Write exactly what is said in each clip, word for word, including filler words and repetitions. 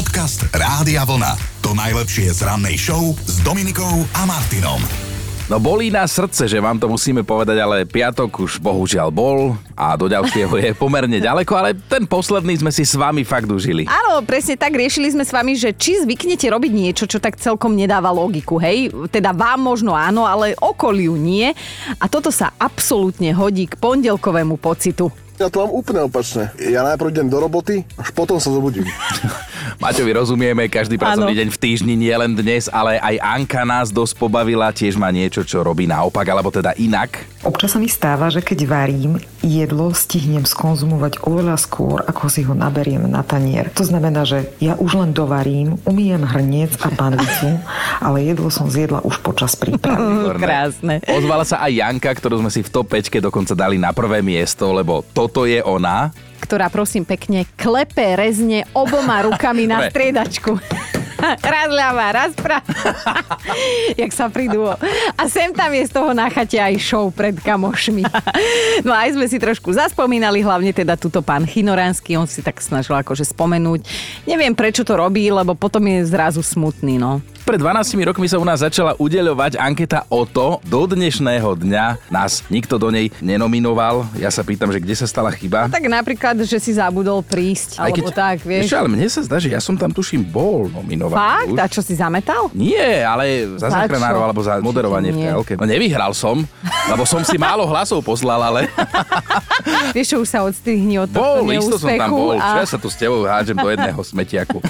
Podcast Rádia Vlna. To najlepšie z rannej show s Dominikou a Martinom. No bolí nás srdce, že vám to musíme povedať, ale piatok už bohužiaľ bol a do ďalšieho je pomerne ďaleko, ale ten posledný sme si s vami fakt užili. Áno, presne tak, riešili sme s vami, že či zvyknete robiť niečo, čo tak celkom nedáva logiku, hej? Teda vám možno áno, ale okoliu nie. A toto sa absolútne hodí k pondelkovému pocitu. Ja to mám úplne opačné. Ja najprv idem do roboty, až potom sa zobudím. Maťovi rozumieme, každý pracovný deň v týždni, nie len dnes, ale aj Anka nás dosť pobavila, tiež má niečo, čo robí naopak, alebo teda inak. Občas sa mi stáva, že keď varím, jedlo stihnem skonzumovať oveľa skôr, ako si ho naberiem na tanier. To znamená, že ja už len dovarím, umyjem hrniec a panvicu, ale jedlo som zjedla už počas prípravy. Krásne. Ozvala sa aj Janka, ktorú sme si v top päťke dokonca dali na prvé miesto, lebo toto je ona. Ktorá, prosím pekne, klepe rezne oboma rukami na striedačku. Raz ľava, raz pravá. Jak sa prídu. A sem tam je z toho na chate aj show pred kamošmi. No aj sme si trošku zaspomínali, hlavne teda túto pán Chinoránsky, on si tak snažil akože spomenúť. Neviem, prečo to robí, lebo potom je zrazu smutný, no. Pred dvanástimi rokmi sa u nás začala udeľovať anketa o to. Do dnešného dňa nás nikto do nej nenominoval. Ja sa pýtam, že kde sa stala chyba. No, tak napríklad, že si zabudol prísť, aj alebo keď, tak, vieš. Ešte, ale mne sa zdá, že ja som tam tuším bol nominovaný. Fakt? Už. A čo si zametal? Nie, ale za, za záchranárov alebo za moderovanie v telke. No nevyhral som, lebo som si málo hlasov poslal, ale... Vieš, čo už sa odstrihni od tohto bol, neúspechu. Bol, isto som tam bol. A... Čo ja sa tu s tebou hádžem do jedného smetiaku.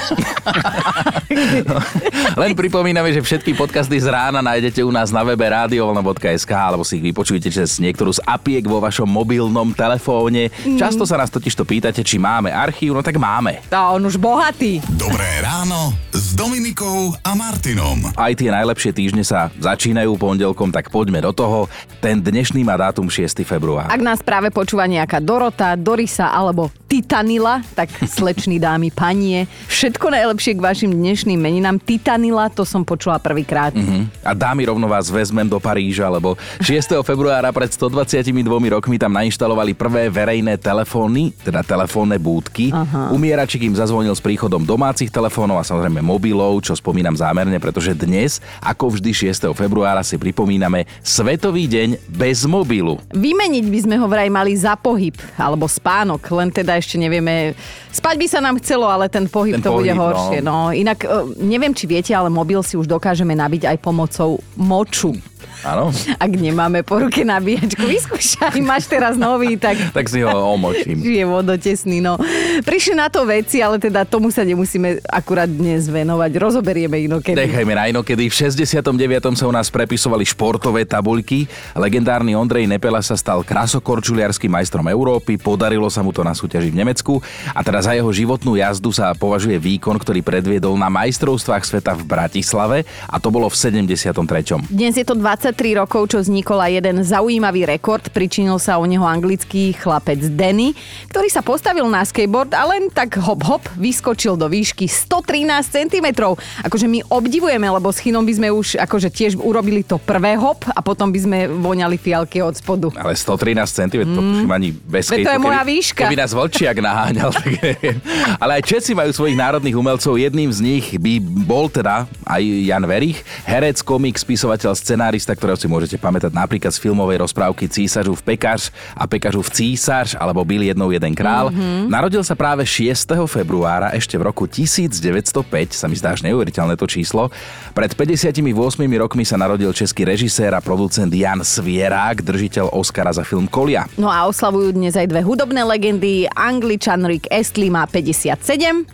No, len pripomíname, že všetky podcasty z rána nájdete u nás na webe radiovolna bodka es ká alebo si ich vypočujete cez niektorú z apiek vo vašom mobilnom telefóne. Mm. Často sa nás totiž to pýtate, či máme archív, no tak máme. Tá, on už bohatý. Dobré ráno s Dominikou a Martinom. Aj tie najlepšie týždne sa začínajú pondelkom, tak poďme do toho. Ten dnešný má dátum šiesteho februára. Ak nás práve počúva nejaká Dorota, Dorisa alebo Titanila, tak slečný dámy, panie, všetko najlepšie k vašim dnešným meninám. Titanila, to som počula prvýkrát. Uh-huh. A dámy, rovno vás vezmem do Paríža, lebo šiesteho februára pred stodvadsaťdva rokmi tam nainštalovali prvé verejné telefóny, teda telefónne búdky. Uh-huh. Umieračik im zazvonil s príchodom domácich telefónov a samozrejme mobilov, čo spomínam zámerne, pretože dnes, ako vždy šiesteho februára, si pripomíname Svetový deň bez mobilu. Vymeniť by sme ho vraj mali za pohyb, alebo spánok, len teda ešte nevieme. Spať by sa nám chcelo, ale ten pohyb ten to pohyb, bude horšie. No. No, inak neviem, či viete, ale mobil si už dokážeme nabiť aj pomocou moču. Áno. Ak nemáme po ruke nabíjačku, vyskúšaj, máš teraz nový, tak... tak si ho omočím. Je vodotesný, no. Prišli na to veci, ale teda tomu sa nemusíme akurát dnes venovať. Rozoberieme inokedy. Nechajme na inokedy. V šesťdesiatom deviatom sa u nás prepisovali športové tabuľky. Legendárny Ondrej Nepela sa stal krasokorčuliarským majstrom Európy. Podarilo sa mu to na súťaži v Nemecku. A teda za jeho životnú jazdu sa považuje výkon, ktorý predviedol na majstrovstvách sveta v Bratislave. A to bolo v sedemdesiatom treťom Dnes je to dvadsaťtri rokov, čo vznikol aj jeden zaujímavý rekord. Pričinil sa o neho anglický chlapec Danny, ktorý sa postavil na skateboard a len tak hop hop vyskočil do výšky stotrinásť centimetrov. Akože my obdivujeme, lebo s Chinom by sme už akože tiež urobili to prvé hop a potom by sme voňali fialky od spodu. Ale stotrinásť centimetrov, mm. tuším ani bez skateboardu. To je moja výška. Keby nás Vlčiak naháňal. Tak ale aj Česi majú svojich národných umelcov. Jedným z nich by bol teda aj Jan Werich, herec, komik, spisovateľ, scenárista, ktorého si môžete pamätať napríklad z filmovej rozprávky Císařův pekař a Pekařův císař alebo Byl jednou jeden král. Mm-hmm. Narodil sa práve šiesteho februára ešte v roku tisícdeväťstopäť, sa mi zdá až neuveriteľné to číslo. Pred päťdesiatimi ôsmimi rokmi sa narodil český režisér a producent Jan Svierák, držiteľ Oscara za film Kolia. No a oslavujú dnes aj dve hudobné legendy. Angličan Rick Astley má päťdesiatsedem.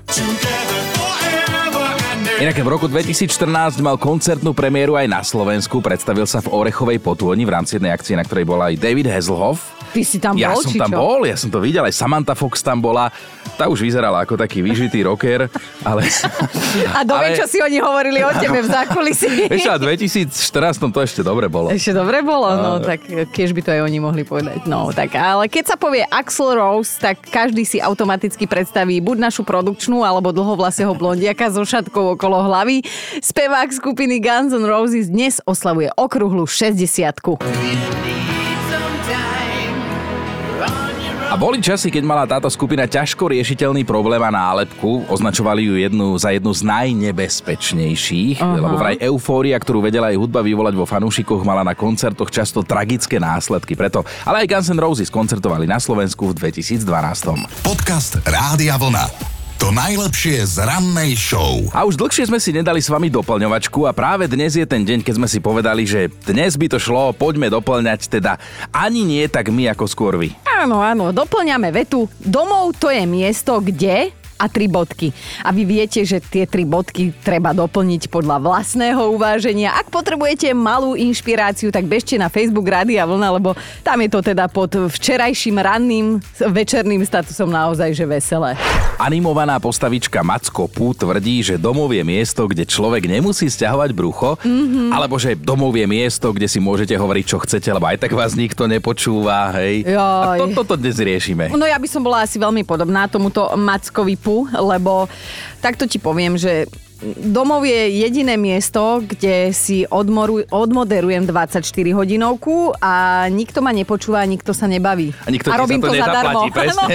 Inak v roku dvetisícštrnásť mal koncertnú premiéru aj na Slovensku. Predstavil sa v Orechovej Potôni v rámci jednej akcie, na ktorej bol aj David Hasselhoff. Ty si tam ja bol, som či tam čo? bol, ja som to videl, aj Samantha Fox tam bola. Tá už vyzerala ako taký vyžitý rocker, ale... A dobre, ale... čo si oni hovorili o tebe v zákulisí. Ešte v dvetisícštrnásť to ešte dobre bolo. Ešte dobre bolo, no tak keď by to aj oni mohli povedať. No tak, ale keď sa povie Axl Rose, tak každý si automaticky predstaví buď našu produkčnú, alebo dlhovlasého blondiaka so šatkou okolo hlavy. Spevák skupiny Guns N' Roses dnes oslavuje okrúhlu šesťdesiatku. A boli časy, keď mala táto skupina ťažko riešiteľný problém a nálepku. Označovali ju jednu za jednu z najnebezpečnejších, uh-huh. lebo vraj eufória, ktorú vedela aj hudba vyvolať vo fanúšikoch, mala na koncertoch často tragické následky. Preto, ale aj Guns N' Roses koncertovali na Slovensku v dvetisícdvanásť. Podcast Rádia Vlna. To najlepšie z rannej show. A už dlhšie sme si nedali s vami doplňovačku a práve dnes je ten deň, keď sme si povedali, že dnes by to šlo, poďme doplňať, teda ani nie tak my ako skôr vy. Áno, áno, doplňame vetu. Domov to je miesto, kde... a tri bodky. A vy viete, že tie tri bodky treba doplniť podľa vlastného uváženia. Ak potrebujete malú inšpiráciu, tak bežte na Facebook Rádia Vlna, lebo tam je to teda pod včerajším ranným večerným statusom naozaj že veselé. Animovaná postavička Macko Pú tvrdí, že domov je miesto, kde človek nemusí sťahovať brucho, mm-hmm. alebo že domov je miesto, kde si môžete hovoriť, čo chcete, lebo aj tak vás nikto nepočúva, hej. Joj. A toto to, to dnes riešime. No ja by som bola asi veľmi podobná tomuto Mackovi Pú, lebo takto ti poviem, že domov je jediné miesto, kde si odmoru, odmoderujem dvadsaťštyri hodinovku a nikto ma nepočúva, nikto sa nebaví. A nikto a ti robím za to, to nezaplatí, zadarmo. presne.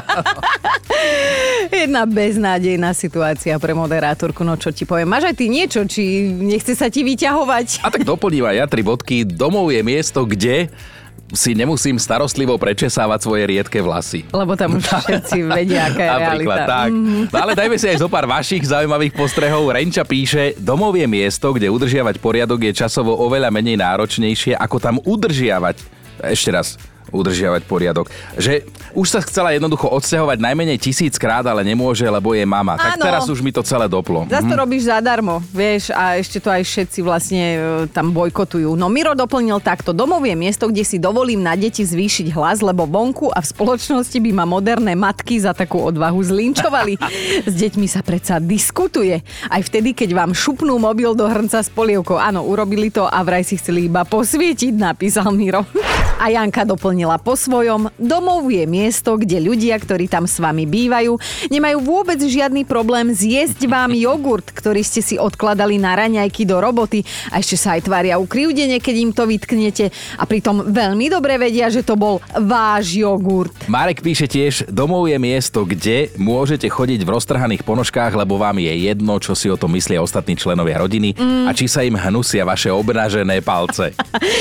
Jedna beznádejná situácia pre moderátorku, no čo ti poviem. Máš aj ty niečo, či nechce sa ti vyťahovať? A tak doplním aj ja tri bodky. Domov je miesto, kde si nemusím starostlivo prečesávať svoje riedke vlasy. Lebo tam už všetci vedia, aká je Napríklad, realita. tak. No ale dajme si aj zo pár vašich zaujímavých postrehov. Renča píše, domov je miesto, kde udržiavať poriadok je časovo oveľa menej náročnejšie, ako tam udržiavať. Ešte raz. Udržiavať poriadok. Že už sa chcela jednoducho odsťahovať najmenej tisíckrát, ale nemôže, lebo je mama. Áno. Tak teraz už mi to celé doplo. Zas to mhm. robíš zadarmo, vieš, a ešte to aj všetci vlastne e, tam bojkotujú. No Miro doplnil takto. Domov je miesto, kde si dovolím na deti zvýšiť hlas, lebo vonku a v spoločnosti by ma moderné matky za takú odvahu zlinčovali. S deťmi sa predsa diskutuje. Aj vtedy, keď vám šupnú mobil do hrnca s polievkou. Áno, urobili to a vraj si chceli iba posvietiť, napísal Miro. A Janka doplnila po svojom. Domov je miesto, kde ľudia, ktorí tam s vami bývajú, nemajú vôbec žiadny problém zjesť vám jogurt, ktorý ste si odkladali na raňajky do roboty a ešte sa aj tvária ukrivdene, keď im to vytknete a pritom veľmi dobre vedia, že to bol váš jogurt. Marek píše tiež, domov je miesto, kde môžete chodiť v roztrhaných ponožkách, lebo vám je jedno, čo si o tom myslia ostatní členovia rodiny mm. a či sa im hnusia vaše obnažené palce.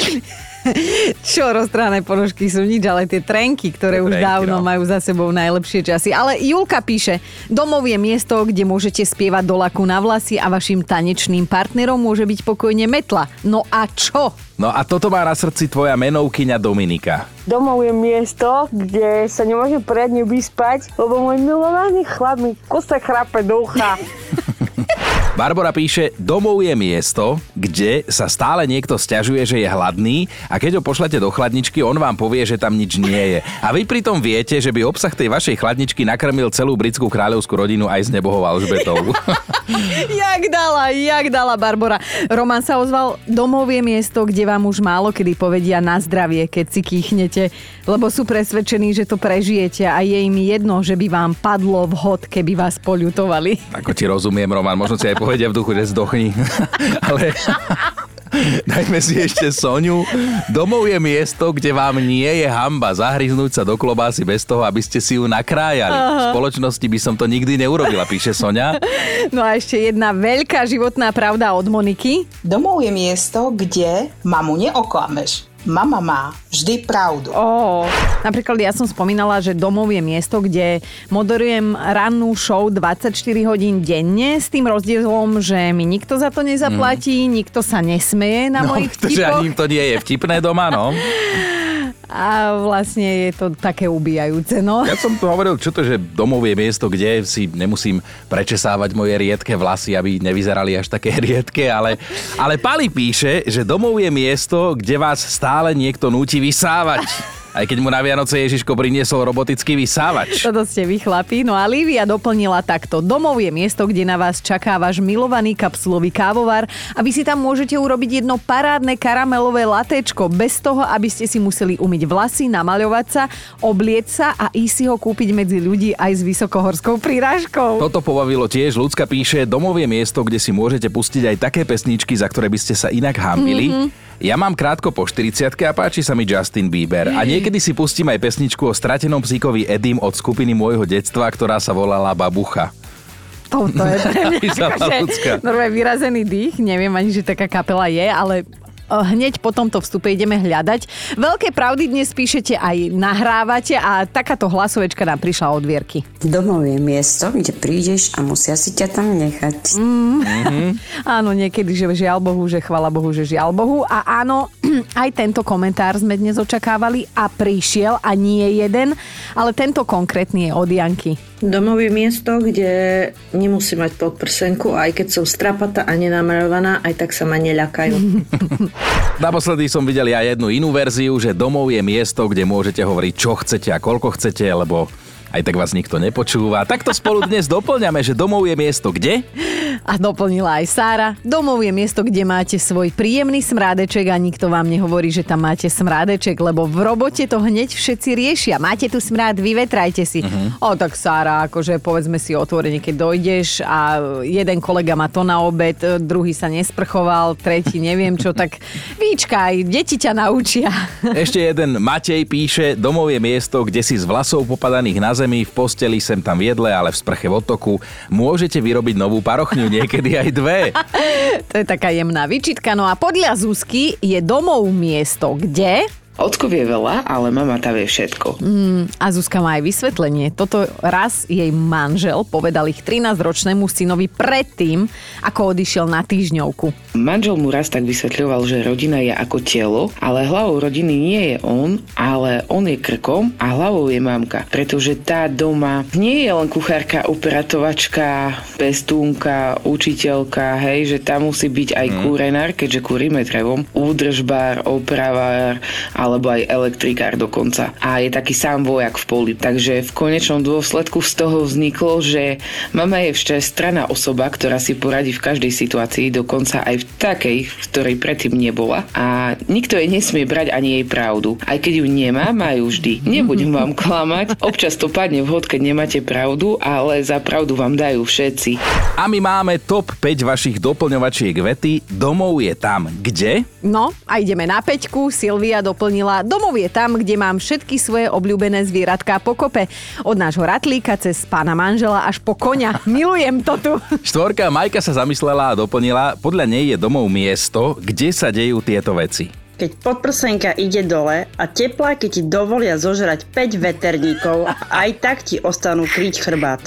Čo, roztrhané ponožky sú nič, ale tie trenky, ktoré už trenky, dávno no. majú za sebou najlepšie časy. Ale Julka píše, domov je miesto, kde môžete spievať do laku na vlasy a vašim tanečným partnerom môže byť pokojne metla. No a čo? No a toto má na srdci tvoja menovkyňa Dominika. Domov je miesto, kde sa nemôžem poriadne vyspať, lebo môj milovaný chlap mi kuse chrape do ucha. Barbora píše, domov je miesto, kde sa stále niekto sťažuje, že je hladný a keď ho pošlete do chladničky, on vám povie, že tam nič nie je. A vy pritom viete, že by obsah tej vašej chladničky nakrmil celú britskú kráľovskú rodinu aj s nebohou Alžbetou. Jak dala, jak dala Barbora. Roman sa ozval, domov je miesto, kde vám už málo kedy povedia na zdravie, keď si kýchnete, lebo sú presvedčení, že to prežijete a je im jedno, že by vám padlo vhod, keby vás poľutovali. Ako ti rozumiem, Roman, možno si aj povedia v duchu, že zdochni. Ale dajme si ešte Soňu. Domov je miesto, kde vám nie je hanba zahryznúť sa do klobásy bez toho, aby ste si ju nakrájali. Aha. V spoločnosti by som to nikdy neurobila, píše Soňa. No a ešte jedna veľká životná pravda od Moniky. Domov je miesto, kde mamu neoklameš. Mama má vždy pravdu. Oh, napríklad ja som spomínala, že domov je miesto, kde moderujem rannú show dvadsaťštyri hodín denne s tým rozdielom, že mi nikto za to nezaplatí, mm. nikto sa nesmeje na no, mojich vtipoch. No, ani to nie je vtipné doma, no. A vlastne je to také ubíjajúce, no. Ja som tu hovoril, čo to, že domov je miesto, kde si nemusím prečesávať moje riedke vlasy, aby nevyzerali až také riedke, ale, ale Pali píše, že domov je miesto, kde vás stále niekto núti vysávať. Aj keď mu na Vianoce Ježiško priniesol robotický vysávač. Toto ste vy, chlapi. No a Lívia doplnila takto. Domov je miesto, kde na vás čaká váš milovaný kapsulový kávovar a vy si tam môžete urobiť jedno parádne karamelové latéčko bez toho, aby ste si museli umyť vlasy, namaľovať sa, oblieť sa a ísť si ho kúpiť medzi ľudí aj s vysokohorskou prirážkou. Toto pobavilo tiež. Ľudská píše, domov je miesto, kde si môžete pustiť aj také pesničky, za ktoré by ste sa inak hanbili. Mm-hmm. Ja mám krátko po štyridsiatke a páči sa mi Justin Bieber. A niekedy si pustím aj pesničku o stratenom psíkovi Eddym od skupiny môjho detstva, ktorá sa volala Babucha. Toto je pre mňa normálne vyrazený dých. Neviem ani, že taká kapela je, ale hneď po tomto vstupe ideme hľadať. Veľké pravdy dnes píšete aj nahrávate a takáto hlasovečka nám prišla od Vierky. Domov je miesto, kde prídeš a musia si ťa tam nechať. Mm. Mm-hmm. Áno, niekedy, že žiaľ Bohu, že chvala Bohu, že žiaľ Bohu. A áno, aj tento komentár sme dnes očakávali a prišiel a nie jeden, ale tento konkrétny je od Janky. Domov je miesto, kde nemusím mať podprsenku, aj keď som strapatá a nenamalovaná, aj tak sa ma neľakajú. Naposledy som videl ja jednu inú verziu, že domov je miesto, kde môžete hovoriť, čo chcete a koľko chcete, lebo aj tak vás nikto nepočúva. Takto spolu dnes doplňame, že domov je miesto kde? A doplnila aj Sára. Domov je miesto, kde máte svoj príjemný smrádeček a nikto vám nehovorí, že tam máte smrádeček, lebo v robote to hneď všetci riešia. Máte tu smrád, vyvetrajte si. Uh-huh. O, tak Sára, akože povedzme si otvorene, keď dojdeš a jeden kolega má to na obed, druhý sa nesprchoval, tretí neviem čo, tak vyčkaj, deti ťa naučia. Ešte jeden Matej píše, domov je miesto, kde si z vlasov popadaných na zemi, v posteli, sem tam v jedle, ale v sprche v otoku môžete vyrobiť novú parochňu, niekedy aj dve. To je taká jemná výčitka. No a podľa Zuzky je domov miesto, kde... Ocko vie veľa, ale mama tá vie všetko. Mm, a Zuzka má aj vysvetlenie. Toto raz jej manžel povedal ich trinásťročnému synovi predtým, ako odišiel na týždňovku. Manžel mu raz tak vysvetľoval, že rodina je ako telo, ale hlavou rodiny nie je on, ale on je krkom a hlavou je mamka. Pretože tá doma nie je len kuchárka, upratovačka, pestúnka, učiteľka, hej, že tam musí byť aj mm. kúrenár, keďže kúrime drevom, údržbár, opravár, alebo aj elektrikár dokonca. A je taký sám vojak v poli. Takže v konečnom dôsledku z toho vzniklo, že mama je všestranná osoba, ktorá si poradí v každej situácii, dokonca aj v takej, v ktorej predtým nebola. A nikto jej nesmie brať ani jej pravdu. Aj keď ju nemá, má ju vždy. Nebudem vám klamať. Občas to padne vhod, keď nemáte pravdu, ale za pravdu vám dajú všetci. A my máme top päť vašich doplňovačiek vety. Domov je tam kde? No, a ideme na päťku. Silvia doplní domov je tam, kde mám všetky svoje obľúbené zvieratká pokope. Od nášho ratlíka cez pána manžela až po koňa. Milujem to tu. Štvorka Majka sa zamyslela a doplnila, podľa nej je domov miesto, kde sa dejú tieto veci. Keď podprsenka ide dole a tepláky ti dovolia zožrať päť veterníkov, aj tak ti ostanú kryť chrbát.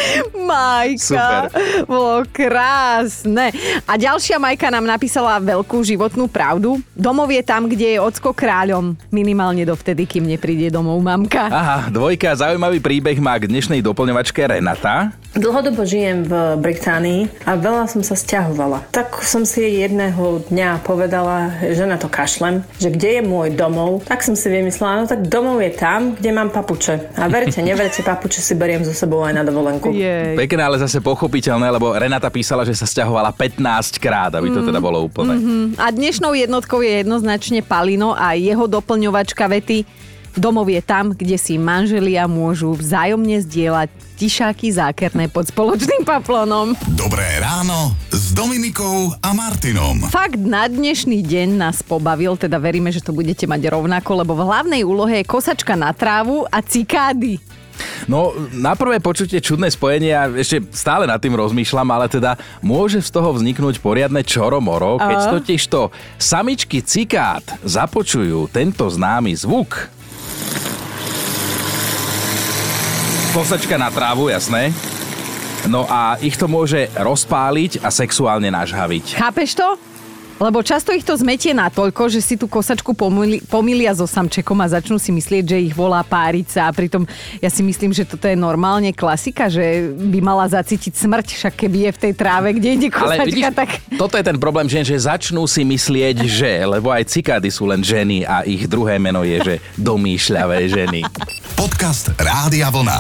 Majka, super. Bolo krásne. A ďalšia Majka nám napísala veľkú životnú pravdu. Domov je tam, kde je ocko kráľom. Minimálne dovtedy, kým nepríde domov mamka. Aha, dvojka, zaujímavý príbeh má k dnešnej doplňovačke Renata. Dlhodobo žijem v Británii a veľa som sa sťahovala. Tak som si jedného dňa povedala, že na to kašlem, že kde je môj domov, tak som si vymyslela, no tak domov je tam, kde mám papuče. A verte, neverte, papuče si beriem so sebou aj na dovolenku. Jej. Pekné, ale zase pochopiteľné, lebo Renata písala, že sa sťahovala pätnásť krát, aby to teda bolo úplné. Mm-hmm. A dnešnou jednotkou je jednoznačne Palino a jeho doplňovačka vety. Domov je tam, kde si manželia môžu vzájomne zdieľať tišáky zákerné pod spoločným paplónom. Dobré ráno s Dominikou a Martinom. Fakt na dnešný deň nás pobavil, teda veríme, že to budete mať rovnako, lebo v hlavnej úlohe je kosačka na trávu a cikády. No, na prvé počutie čudné spojenie a ešte stále nad tým rozmýšľam, ale teda môže z toho vzniknúť poriadne čoromoro, keď totiž to samičky cikád započujú tento známy zvuk. Kosačka na trávu, jasné. No a ich to môže rozpáliť a sexuálne nažhaviť. Chápeš to? Lebo často ich to zmetie natoľko, že si tú kosačku pomili, pomilia so samčekom a začnú si myslieť, že ich volá párica. A pritom ja si myslím, že toto je normálne klasika, že by mala zacítiť smrť, však keby je v tej tráve, kde ide kosačka. Ale vidíš, tak... toto je ten problém, že, že začnú si myslieť, že, lebo aj cikády sú len ženy a ich druhé meno je, že domýšľavé ženy. Podcast Rádia Vlna.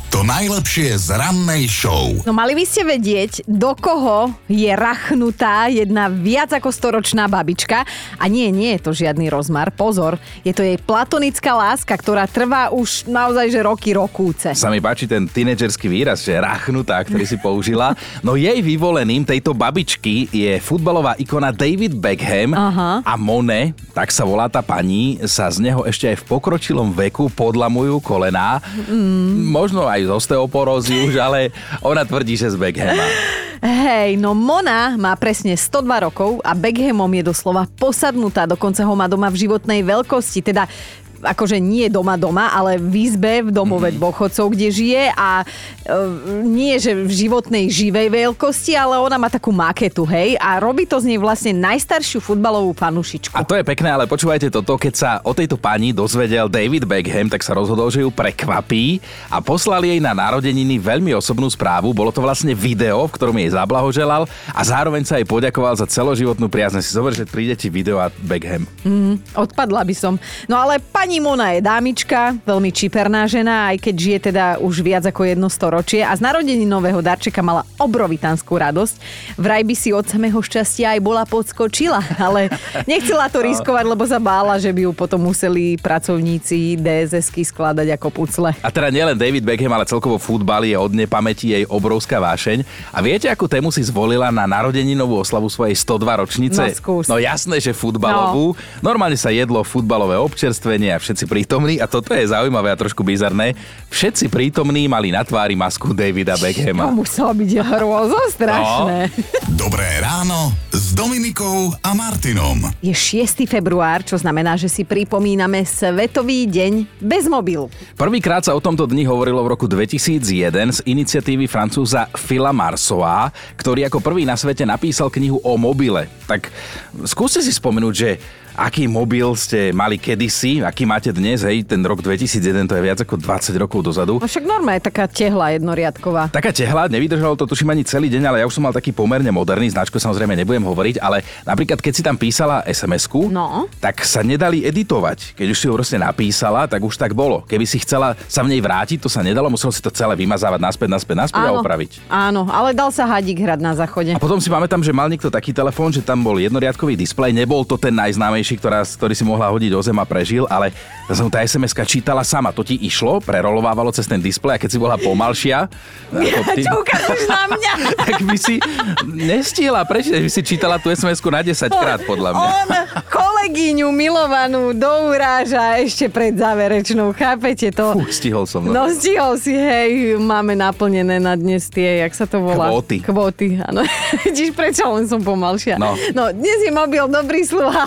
To najlepšie z rannej show. No mali by ste vedieť, do koho je rachnutá jedna viac ako storočná babička. A nie, nie je to žiadny rozmar. Pozor, je to jej platonická láska, ktorá trvá už naozaj že roky rokúce. Sa mi páči ten tínedžerský výraz, že rachnutá, ktorý si použila. No jej vyvoleným tejto babičky je futbalová ikona David Beckham. Aha. A Monet, tak sa volá tá pani, sa z neho ešte aj v pokročilom veku podlamujú kolená. Mm. Možno aj z osteoporózy už, ale ona tvrdí, že z Beckhama. Hej, no Mona má presne sto dva rokov a Beckhamom je doslova posadnutá, dokonca ho má doma v životnej veľkosti, teda akože nie doma doma, ale v izbe v domove dôchodcov, kde žije a e, nie, že v životnej živej veľkosti, ale ona má takú maketu, hej, a robí to z nej vlastne najstaršiu futbalovú fanušičku. A to je pekné, ale počúvajte toto, keď sa o tejto pani dozvedel David Beckham, tak sa rozhodol, že ju prekvapí a poslal jej na narodeniny veľmi osobnú správu. Bolo to vlastne video, v ktorom jej zablahoželal a zároveň sa jej poďakoval za celoživotnú priazň. Si zober, že príde ti video a Beckham. Mm, odpadla by som. No ale pani Pani Mona je dámička, veľmi čiperná žena, aj keď žije teda už viac ako jedno storočie a z narodení nového darčeka mala obrovitánsku radosť. Vraj by si od samého šťastia aj bola podskočila, ale nechcela to riskovať, lebo sa bála, že by ju potom museli pracovníci dé es esky skladať ako pucle. A teda nielen David Beckham, ale celkovo futbal je od nepamäti jej obrovská vášeň. A viete, akú tému si zvolila na narodeninovú oslavu svojej sto dva ročnice? No skús. No jasné, že futbalovú. No. Normálne sa jedlo futbalové občerstvenie a všetci prítomní, a toto je zaujímavé a trošku bizarné, všetci prítomní mali na tvári masku Davida Beckhama. To muselo byť hrôzo strašné. No. Dobré ráno s Dominikou a Martinom. Je šiesteho február, čo znamená, že si pripomíname Svetový deň bez mobilu. Prvýkrát sa o tomto dni hovorilo v roku dvetisícjeden z iniciatívy Francúza Phila Marceau, ktorý ako prvý na svete napísal knihu o mobile. Tak skúste si spomenúť, že aký mobil ste mali kedysi, aký máte dnes, hej, ten rok dvetisícjeden, to je viac ako dvadsať rokov dozadu. No však norma je taká tehla jednoriadková. Taká tehla, nevydržalo to tuším ani celý deň, ale ja už som mal taký pomerne moderný, značku samozrejme nebudem hovoriť, ale napríklad keď si tam písala es em esku, no. tak sa nedali editovať. Keď už si ho proste napísala, tak už tak bolo. Keby si chcela sa v nej vrátiť, to sa nedalo, muselo si to celé vymazávať naspäť, naspäť, naspäť a opraviť. Áno, ale dal sa hadík hrať na záchode. A potom si pamätám, že mal niekto taký telefón, že tam bol jednoriadkový displej, nebol to ten najznámejší, ktorá, ktorý si mohla hodiť o zem a prežil, ale som tá es em eska čítala sama. To ti išlo, prerolovávalo cez ten displej a keď si bola pomalšia, ja, ty, čo ukážeš na mňa? Tak by si nestihla prečítať, by si čítala tú es em esku na desať krát, podľa mňa. On kolegyňu milovanú douráža ešte pred záverečnou, chápete to? Fú, stihol som. No, no stihol si, hej, máme naplnené na dnes tie, jak sa to volá? Kvóty. Kvóty, áno. Vidíš, prečo len som pomalšia? No. No, dnes je mobil dobrý sluha,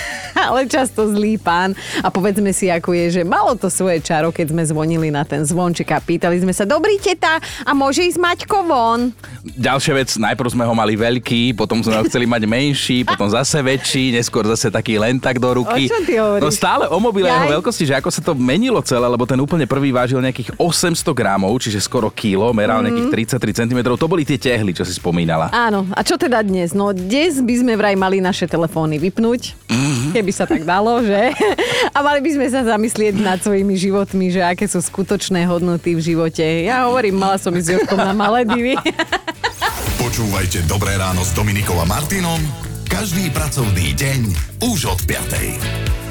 ale často zlý pán. A povedzme si, ako je, že malo to svoje čaro, keď sme zvonili na ten zvonček a pýtali sme sa, dobrý teta, a môže ísť Maťko von? Ďalšia vec, najprv sme ho mali veľký, potom sme ho chceli mať menší, potom zase väčší, neskôr zase taký len tak do ruky. O čo ty hovoríš? No stále o mobile jeho veľkosti, že ako sa to menilo celé, lebo ten úplne prvý vážil nejakých osemsto gramov, čiže skoro kilo, meral mm. nejakých tridsaťtri centimetrov. To boli tie tehly, čo si spomínala. Áno, a čo teda dnes? No dnes by sme vraj mali naše telefóny vypnúť, mm. keby sa tak dalo, že? A mali by sme sa zamyslieť nad svojimi životmi, že aké sú skutočné hodnoty v živote. Ja hovorím, mala som ísť s Jožkom na Maledivy. Počúvajte Dobré ráno s Dominikou a Martinom každý pracovný deň už od piatej.